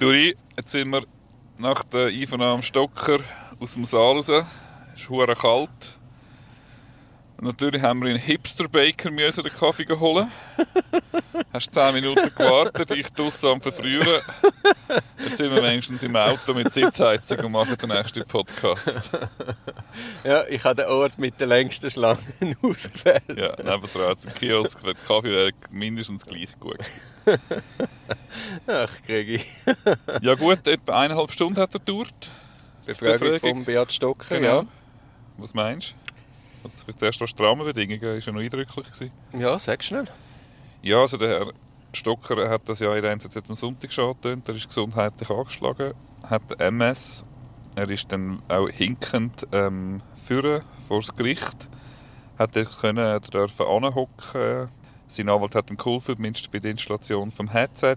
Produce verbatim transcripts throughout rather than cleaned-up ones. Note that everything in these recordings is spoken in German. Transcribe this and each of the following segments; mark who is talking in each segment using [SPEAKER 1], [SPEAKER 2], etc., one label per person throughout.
[SPEAKER 1] Duri, jetzt sind wir nach der Einvernahme Stocker aus dem Saal raus. Es ist verdammt kalt. Und natürlich haben wir in Hipster-Baker den Kaffee holen. Hast zehn Minuten gewartet, ich draussen am Verfrieren. Jetzt sind wir wenigstens im Auto mit Sitzheizung und machen den nächsten Podcast.
[SPEAKER 2] Ja, ich habe den Ort mit den längsten Schlangen ausgewählt.
[SPEAKER 1] Ja, nebendran hat es einen Kiosk, der Kaffee wäre mindestens gleich gut.
[SPEAKER 2] Ach, kriege ich.
[SPEAKER 1] Ja gut, etwa eineinhalb Stunden hat er gedauert.
[SPEAKER 2] Befragung,
[SPEAKER 1] Befragung.
[SPEAKER 2] von Beat Stocker,
[SPEAKER 1] Genau.
[SPEAKER 2] ja.
[SPEAKER 1] Was meinst du? Also für die ersten Rahmenbedingungen war ja noch eindrücklich.
[SPEAKER 2] Ja, sag schnell.
[SPEAKER 1] Ja, also der Herr Stocker hat das ja in der N Z Z am Sonntag schon angetönt. Er ist gesundheitlich angeschlagen, hat M S. Er ist dann auch hinkend ähm, führen vor das Gericht. Hat er können dürfen anhocken. Sein Anwalt hat ihm geholfen, mindestens bei der Installation vom Headset.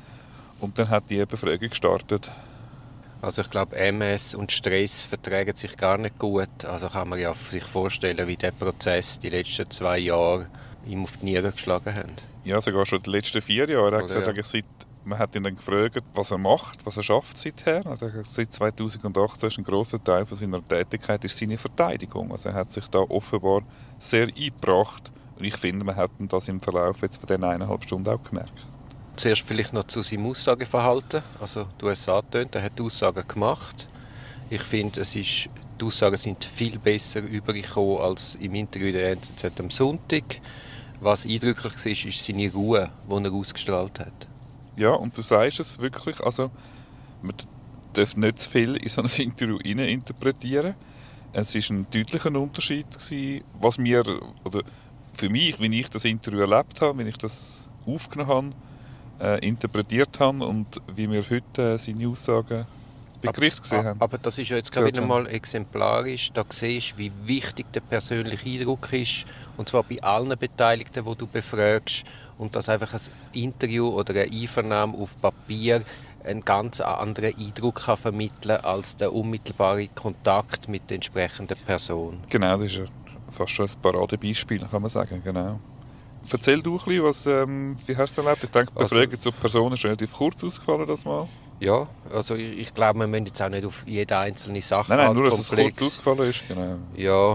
[SPEAKER 1] Und dann hat die Befragung gestartet.
[SPEAKER 2] Also ich glaube, M S und Stress vertragen sich gar nicht gut. Also kann man ja sich vorstellen, wie der Prozess die letzten zwei Jahre ihm auf die Nieren geschlagen hat.
[SPEAKER 1] Ja, sogar schon die letzten vier Jahre. Er hat
[SPEAKER 2] Oder
[SPEAKER 1] gesagt,
[SPEAKER 2] ja.
[SPEAKER 1] seit, man hat ihn dann gefragt, was er macht, was er schafft seither. Also seit zweitausendachtzehn ist ein grosser Teil von seiner Tätigkeit ist seine Verteidigung. Also er hat sich da offenbar sehr eingebracht. Und ich finde, man hat das im Verlauf jetzt von diesen eineinhalb Stunden auch gemerkt.
[SPEAKER 2] Zuerst vielleicht noch zu seinem Aussageverhalten. Also du hast es angetönt, er hat Aussagen gemacht. Ich finde, es ist, die Aussagen sind viel besser übergekommen als im Interview der N Z Z am Sonntag. Was eindrücklich war, ist seine Ruhe, die er ausgestrahlt hat.
[SPEAKER 1] Ja, und du sagst es wirklich, also man darf nicht zu viel in so ein Interview interpretieren. Es war ein deutlicher Unterschied gewesen, was mir, oder für mich, wie ich das Interview erlebt habe, wie ich das aufgenommen habe, äh, interpretiert habe und wie wir heute äh, seine Aussagen bei Gericht gesehen haben.
[SPEAKER 2] Aber das ist ja jetzt gerade wieder mal exemplarisch. Da siehst du, wie wichtig der persönliche Eindruck ist. Und zwar bei allen Beteiligten, die du befragst. Und dass einfach ein Interview oder eine Einvernahme auf Papier einen ganz anderen Eindruck kann vermitteln kann als der unmittelbare Kontakt mit der entsprechenden Person.
[SPEAKER 1] Genau, das ist ja fast schon ein Paradebeispiel, kann man sagen. Genau. Erzähl du ein bisschen, was, ähm, wie hast du es erlebt? Ich denke, die Befragung also, zur Person ist relativ kurz ausgefallen das Mal.
[SPEAKER 2] Ja, also ich, ich glaube, wir müssen jetzt auch nicht auf jede einzelne Sache
[SPEAKER 1] Nein, nein, nur, dass es kurz ausgefallen ist. Genau.
[SPEAKER 2] Ja.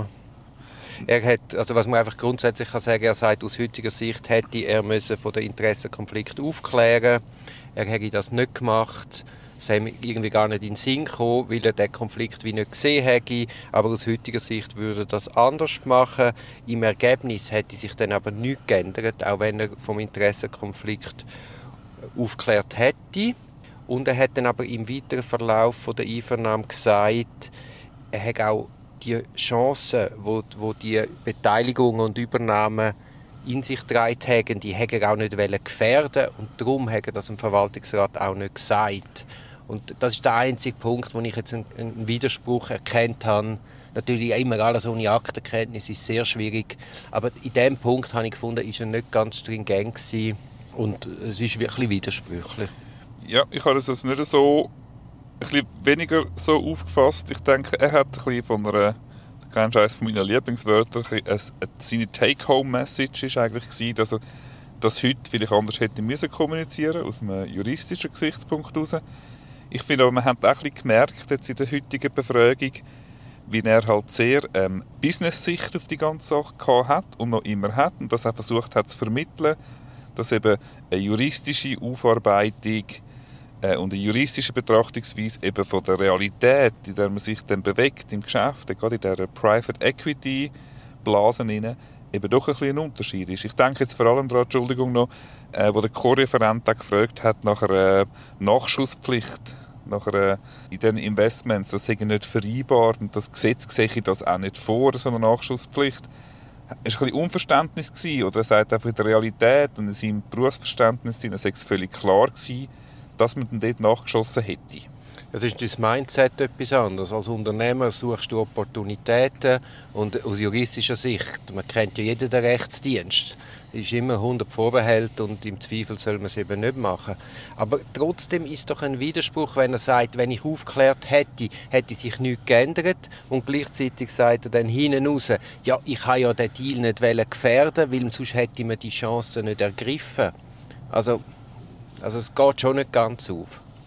[SPEAKER 2] Er hat, also was man einfach grundsätzlich kann sagen, er sagt, aus heutiger Sicht hätte er müssen von den Interessenkonflikt aufklären. Er hätte das nicht gemacht. Es ist ihm irgendwie gar nicht in den Sinn gekommen, weil er den Konflikt wie nicht gesehen hätte. Aber aus heutiger Sicht würde er das anders machen. Im Ergebnis hätte sich dann aber nichts geändert, auch wenn er vom Interessenkonflikt aufgeklärt hätte. Und er hat dann aber im weiteren Verlauf der Einvernahme gesagt, er hat auch die Chancen, wo, wo die Beteiligung und Übernahme in sich getragen haben, die hätte er auch nicht gefährden und darum hat er das im Verwaltungsrat auch nicht gesagt. Und das ist der einzige Punkt, wo ich jetzt einen, einen Widerspruch erkannt habe. Natürlich immer alles ohne Aktenkenntnis ist sehr schwierig, aber in diesem Punkt habe ich gefunden, ist er nicht ganz stringent gewesen und es ist wirklich widersprüchlich.
[SPEAKER 1] Ja, ich habe es nicht so, ein bisschen weniger so aufgefasst. Ich denke, er hat ein bisschen von einer, du kennst eines von meinen Lieblingswörtern, ein bisschen, eine, seine Take-Home-Message war eigentlich gewesen, dass er das heute vielleicht anders hätte müssen kommunizieren, aus einem juristischen Gesichtspunkt heraus. Ich finde aber, man hat auch ein bisschen gemerkt jetzt in der heutigen Befragung, wie er halt sehr ähm, Business-Sicht auf die ganze Sache gehabt hat und noch immer hat und das er versucht hat zu vermitteln, dass eben eine juristische Aufarbeitung äh, und eine juristische Betrachtungsweise eben von der Realität, in der man sich dann bewegt im Geschäft, gerade in dieser Private Equity Blase rein, eben doch ein bisschen ein Unterschied ist. Ich denke jetzt vor allem daran, Entschuldigung noch, äh, wo der Co-Referent gefragt hat nach einer Nachschusspflicht, nach einer, in den Investments, das sei nicht vereinbar und das Gesetz sehe ich das auch nicht vor, so eine Nachschusspflicht. Es war ein bisschen Unverständnis gewesen, oder er sagt einfach in der Realität und in seinem Berufsverständnis sei es völlig klar gewesen, dass man dann dort nachgeschossen hätte.
[SPEAKER 2] Es ist das Mindset etwas anderes. Als Unternehmer suchst du Opportunitäten und aus juristischer Sicht, man kennt ja jeden den Rechtsdienst, ist immer hundert Vorbehalte und im Zweifel soll man es eben nicht machen. Aber trotzdem ist doch ein Widerspruch, wenn er sagt, wenn ich aufgeklärt hätte, hätte sich nichts geändert und gleichzeitig sagt er dann hinten raus, ja, ich habe ja den Deal nicht gefährden, weil sonst hätte man die Chance nicht ergriffen. Also, also es geht schon nicht ganz auf.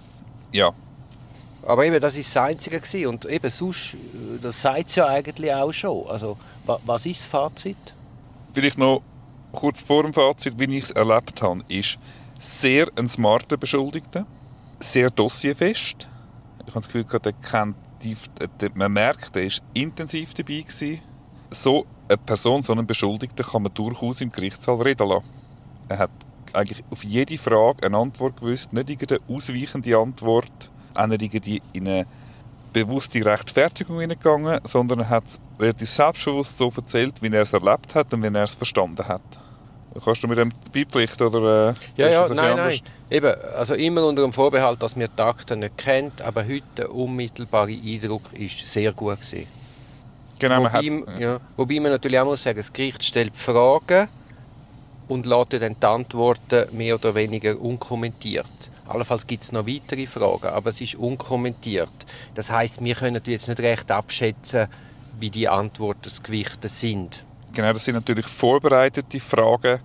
[SPEAKER 1] Ja.
[SPEAKER 2] Aber eben, das war das Einzige gewesen. Und eben sonst, das sagt es ja eigentlich auch schon. Also, wa- was ist das Fazit?
[SPEAKER 1] Vielleicht noch kurz vor dem Fazit, wie ich es erlebt habe, ist sehr ein smarter Beschuldigter, sehr dossierfest. Ich habe das Gefühl, der kennt die, der, man merkt, er war intensiv dabei gewesen. So eine Person, so einen Beschuldigten kann man durchaus im Gerichtssaal reden lassen. Er hat eigentlich auf jede Frage eine Antwort gewusst, nicht irgendeine ausweichende Antwort, auch nicht irgendwie in eine bewusste Rechtfertigung hineingegangen, sondern er hat es relativ selbstbewusst so erzählt, wie er es erlebt hat und wie er es verstanden hat. Kannst du mit dem beipflichten? Oder, äh,
[SPEAKER 2] Ja, ja,
[SPEAKER 1] nein,
[SPEAKER 2] nein, nein. Eben, also immer unter dem Vorbehalt, dass wir die Akten nicht kennen, aber heute der unmittelbare Eindruck ist sehr gut gewesen.
[SPEAKER 1] Genau, man
[SPEAKER 2] Wobei,
[SPEAKER 1] hat's,
[SPEAKER 2] ja, wobei man natürlich auch muss sagen, das Gericht stellt Fragen und lässt dann die Antworten mehr oder weniger unkommentiert. Allenfalls gibt es noch weitere Fragen, aber es ist unkommentiert. Das heisst, wir können jetzt nicht recht abschätzen, wie die Antworten des Gewichtes sind.
[SPEAKER 1] Genau, das sind natürlich vorbereitete Fragen.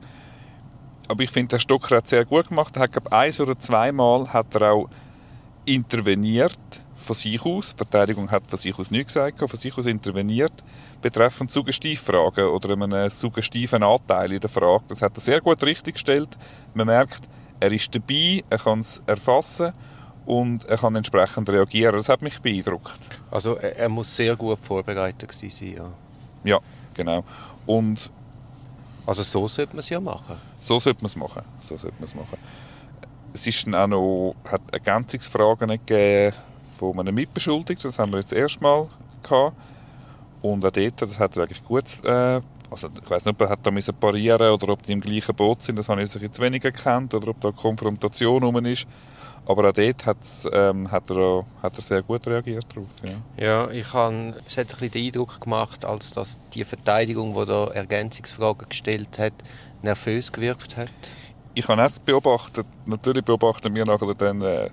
[SPEAKER 1] Aber ich finde, der Stocker hat es sehr gut gemacht. Er hat, glaube ich, eins oder zweimal hat er auch interveniert von sich aus. Die Verteidigung hat von sich aus nichts gesagt, von sich aus interveniert betreffend Suggestivfragen oder einen suggestiven Anteil in der Frage. Das hat er sehr gut richtiggestellt. Man merkt, er ist dabei, er kann es erfassen und er kann entsprechend reagieren. Das hat mich beeindruckt.
[SPEAKER 2] Also er, er muss sehr gut vorbereitet gewesen sein, ja.
[SPEAKER 1] Ja, genau. Und
[SPEAKER 2] also so sollte man es ja machen.
[SPEAKER 1] So sollte man es machen. So sollte man es machen. Es ist dann auch noch, hat Ergänzungsfragen gegeben von einem Mitbeschuldigten. Das haben wir jetzt erst mal gehabt. Und auch dort, das hat er eigentlich gut, äh, also ich weiss nicht, ob er hat da müssen parieren oder ob die im gleichen Boot sind, das habe ich jetzt weniger gekannt, oder ob da eine Konfrontation rum ist. Aber auch dort hat's, ähm, hat, er auch, hat er sehr gut reagiert darauf. Ja,
[SPEAKER 2] ja ich habe, es hat ein bisschen den Eindruck gemacht, als dass die Verteidigung, die da Ergänzungsfragen gestellt hat, nervös gewirkt hat.
[SPEAKER 1] Ich habe es beobachtet, natürlich beobachten wir nachher dann, äh,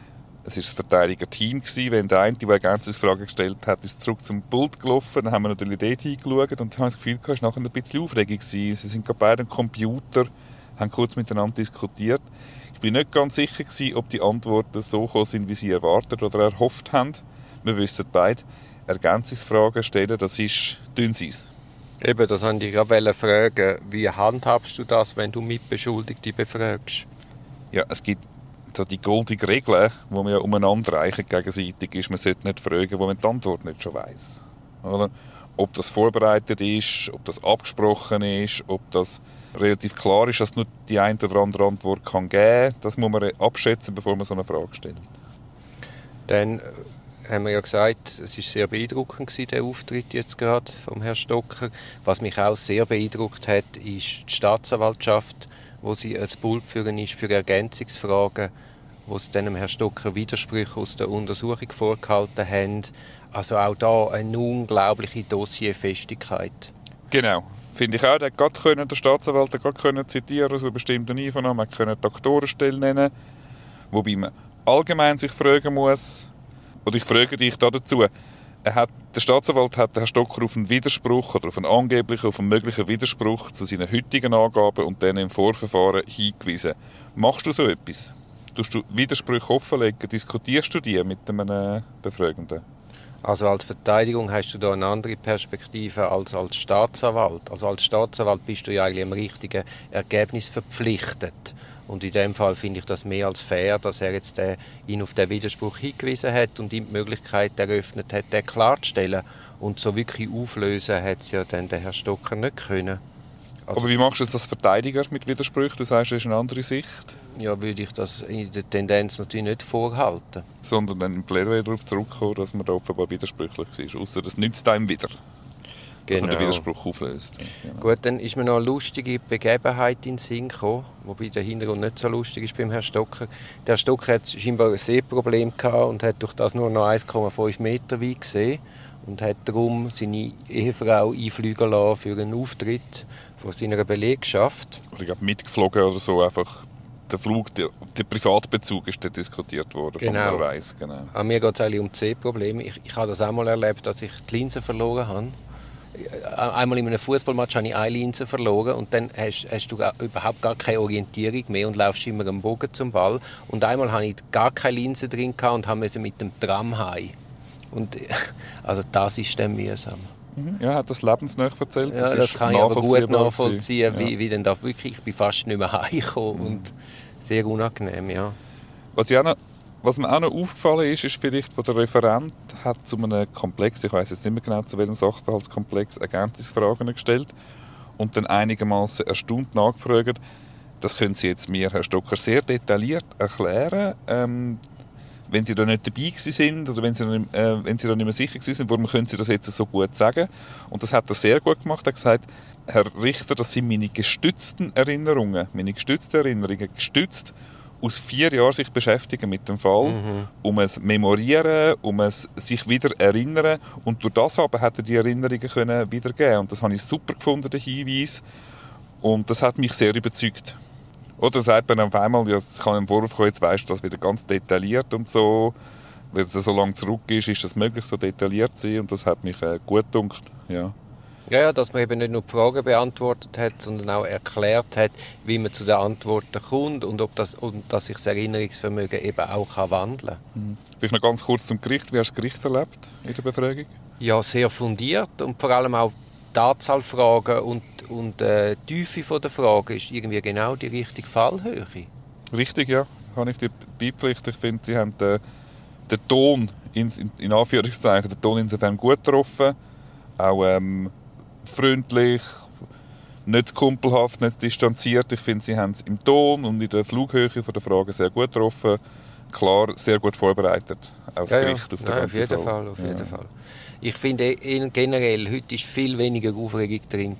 [SPEAKER 1] es war das Verteidiger-Team gewesen. Wenn der eine, der Ergänzungsfragen gestellt hat, ist zurück zum Pult gelaufen, dann haben wir natürlich dort hingeschaut und haben das Gefühl gehabt, es war nachher ein bisschen Aufregung gewesen. Sie sind gerade beide am Computer, haben kurz miteinander diskutiert. Ich bin nicht ganz sicher gewesen, ob die Antworten so gekommen sind, wie sie erwartet oder erhofft haben. Wir wissen beide, Ergänzungsfragen stellen, das ist Dünnseiss.
[SPEAKER 2] Eben, das wollte ich gerade fragen. Wie handhabst du das, wenn du Mitbeschuldigte befragst?
[SPEAKER 1] Ja, es gibt so die goldene Regel, die man ja umeinander reichen gegenseitig ist. Man sollte nicht fragen, wo man die Antwort nicht schon weiss. Oder? Ob das vorbereitet ist, ob das abgesprochen ist, ob das relativ klar ist, dass nur die eine oder andere Antwort kann geben kann. Das muss man abschätzen, bevor man so eine Frage stellt.
[SPEAKER 2] Dann haben wir ja gesagt, es war sehr beeindruckend gewesen, der Auftritt jetzt gerade vom Herrn Stocker. Was mich auch sehr beeindruckt hat, ist die Staatsanwaltschaft, wo sie als Pult führen ist für Ergänzungsfragen, wo sie dann dem Herrn Stocker Widersprüche aus der Untersuchung vorgehalten haben. Also auch da eine unglaubliche Dossierfestigkeit.
[SPEAKER 1] Genau. Finde ich auch, der hat können, der Staatsanwalt hat gerade zitieren aus einer bestimmten Einvernahme, man konnte Doktorenstelle nennen, wobei man allgemein sich fragen muss, oder ich frage dich da dazu, er hat, der Staatsanwalt hat den Herrn Stocker auf einen Widerspruch oder auf einen angeblichen, auf einen möglichen Widerspruch zu seinen heutigen Angaben und dann im Vorverfahren hingewiesen. Machst du so etwas? Tust du Widersprüche offenlegen? Diskutierst du die mit einem Befragenden?
[SPEAKER 2] Also als Verteidigung hast du da eine andere Perspektive als als Staatsanwalt. Also als Staatsanwalt bist du ja eigentlich im richtigen Ergebnis verpflichtet. Und in dem Fall finde ich das mehr als fair, dass er jetzt den, ihn auf den Widerspruch hingewiesen hat und ihm die Möglichkeit eröffnet hat, den klarzustellen. Und so wirklich auflösen hat es ja dann der Herr Stocker nicht können. Also,
[SPEAKER 1] aber wie machst du das als Verteidiger mit Widersprüchen? Du sagst, das ist eine andere Sicht.
[SPEAKER 2] Ja, würde ich das in der Tendenz natürlich nicht vorhalten.
[SPEAKER 1] Sondern dann im Plädoyer darauf zurückkommen, dass man da offenbar widersprüchlich war. Ausser das nützt einem wieder, genau, dass man den Widerspruch auflöst. Genau.
[SPEAKER 2] Gut, dann ist mir noch eine lustige Begebenheit in den Sinn gekommen, wobei der Hintergrund nicht so lustig ist beim Herrn Stocker. Der Herr Stocker hat scheinbar ein Sehproblem gehabt und hat durch das nur noch eins Komma fünf Meter weit gesehen und hat darum seine Ehefrau einfliegen lassen für einen Auftritt von seiner Belegschaft.
[SPEAKER 1] Oder ich glaube mitgeflogen oder so, einfach der Flug, der, der Privatbezug ist da diskutiert worden,
[SPEAKER 2] genau.
[SPEAKER 1] Von der Reise. Genau.
[SPEAKER 2] An mir geht es eigentlich um C-Probleme. Ich, ich habe das auch mal erlebt, dass ich die Linse verloren habe. einmal in einem Fußballmatch habe ich eine Linse verloren und dann hast, hast du gar, überhaupt gar keine Orientierung mehr und laufst immer am Bogen zum Ball. Und einmal hatte ich gar keine Linse drin und musste mit dem Tram heim. Und also das ist dann mühsam.
[SPEAKER 1] Ja, hat das lebensnah erzählt.
[SPEAKER 2] Das, ja, das kann ich aber gut nachvollziehen,
[SPEAKER 1] ja.
[SPEAKER 2] wie, wie denn da wirklich, ich bin fast nicht mehr heimgekommen mhm. und sehr unangenehm, ja.
[SPEAKER 1] Was, auch noch, was mir auch noch aufgefallen ist, ist vielleicht, wo der Referent hat zu einem Komplex, ich weiss jetzt nicht mehr genau zu welchem Sachverhaltskomplex, Ergänzungsfragen gestellt und dann einigermaßen erstaunt nachgefragt, das können Sie jetzt mir, Herr Stocker, sehr detailliert erklären, ähm, wenn Sie da nicht dabei sind oder wenn Sie, da nicht, äh, wenn Sie da nicht mehr sicher sind, warum können Sie das jetzt so gut sagen? Und das hat er sehr gut gemacht. Er hat gesagt, Herr Richter, das sind meine gestützten Erinnerungen, meine gestützten Erinnerungen, gestützt aus vier Jahren sich beschäftigen mit dem Fall, mhm. um es memorieren, um es sich wieder erinnern und durch das aber hat er die Erinnerungen können wiedergeben. Und das habe ich super gefunden, den Hinweis. Und das hat mich sehr überzeugt. Oder sagt man auf einmal, ja, es kann ein Vorwurf kommen, jetzt weisst du das wieder ganz detailliert und so. Wenn es so lange zurück ist, ist das möglich, so detailliert zu sein und das hat mich äh, gut gedacht. Ja.
[SPEAKER 2] Ja, ja, dass man eben nicht nur die Fragen beantwortet hat, sondern auch erklärt hat, wie man zu den Antworten kommt und, ob das, und dass sich das Erinnerungsvermögen eben auch kann wandeln kann.
[SPEAKER 1] Mhm. Vielleicht noch ganz kurz zum Gericht. Wie hast du das Gericht erlebt in der Befragung?
[SPEAKER 2] Ja, sehr fundiert und vor allem auch die Anzahl Fragen und Und äh, die Tiefe der Frage ist irgendwie genau die richtige Fallhöhe.
[SPEAKER 1] Richtig, ja. Kann ich dir beipflichten. Ich finde, sie haben den, den Ton, in, in Anführungszeichen, den Ton insofern gut getroffen. Auch ähm, freundlich, nicht kumpelhaft, nicht distanziert. Ich finde, sie haben es im Ton und in der Flughöhe von der Frage sehr gut getroffen. Klar, sehr gut vorbereitet. Auch das
[SPEAKER 2] ja,
[SPEAKER 1] Gericht
[SPEAKER 2] ja.
[SPEAKER 1] auf den
[SPEAKER 2] Nein,
[SPEAKER 1] ganzen
[SPEAKER 2] auf jeden
[SPEAKER 1] Fall.
[SPEAKER 2] Fall. Auf jeden
[SPEAKER 1] ja.
[SPEAKER 2] Fall. Ich finde generell, heute war viel weniger Aufregung drin.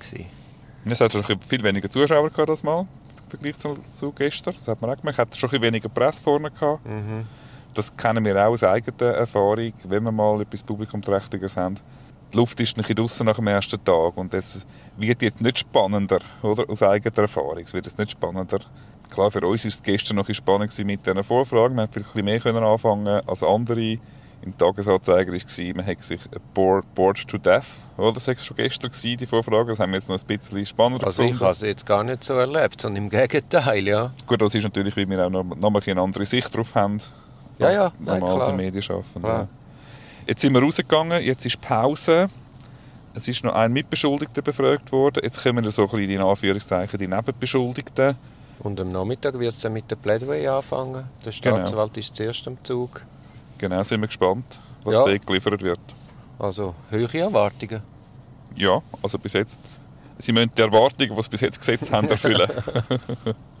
[SPEAKER 1] Es hat schon viel weniger Zuschauer gehabt, das Mal, im Vergleich zu, zu gestern. Das hat man auch gemerkt. Es hat schon weniger Presse vorne gehabt.
[SPEAKER 2] Mhm.
[SPEAKER 1] Das kennen wir auch aus eigener Erfahrung, wenn wir mal etwas Publikumträchtiges haben. Die Luft ist nicht draussen nach dem ersten Tag und es wird jetzt nicht spannender, oder? Aus eigener Erfahrung. Es wird jetzt nicht spannender. Klar, für uns war es gestern noch spannend mit diesen Vorfragen. Wir konnten vielleicht mehr anfangen als andere. Im Tagesanzeiger war, man hat sich bored, bored to death. Oder? Das war schon gestern, die Vorfrage. Das haben wir jetzt noch ein bisschen spannender
[SPEAKER 2] Also gefunden. Ich habe es jetzt gar nicht so erlebt, sondern im Gegenteil, ja.
[SPEAKER 1] Gut, das ist natürlich, weil wir auch noch, noch mal eine andere Sicht drauf haben.
[SPEAKER 2] Ja, ja.
[SPEAKER 1] Normal
[SPEAKER 2] Nein,
[SPEAKER 1] der Medienschaffenden. Jetzt sind wir rausgegangen, jetzt ist Pause. Es ist noch ein Mitbeschuldigter befragt worden. Jetzt kommen wir so ein bisschen in Anführungszeichen die Nebenbeschuldigten.
[SPEAKER 2] Und am Nachmittag wird es dann mit der Plädoyer anfangen. Der Staatsanwalt genau. ist zuerst am Zug.
[SPEAKER 1] Genau, sind wir gespannt, was
[SPEAKER 2] ja.
[SPEAKER 1] da geliefert wird.
[SPEAKER 2] Also, hohe Erwartungen.
[SPEAKER 1] Ja, also bis jetzt. Sie müssen die Erwartungen, die sie bis jetzt gesetzt haben, erfüllen.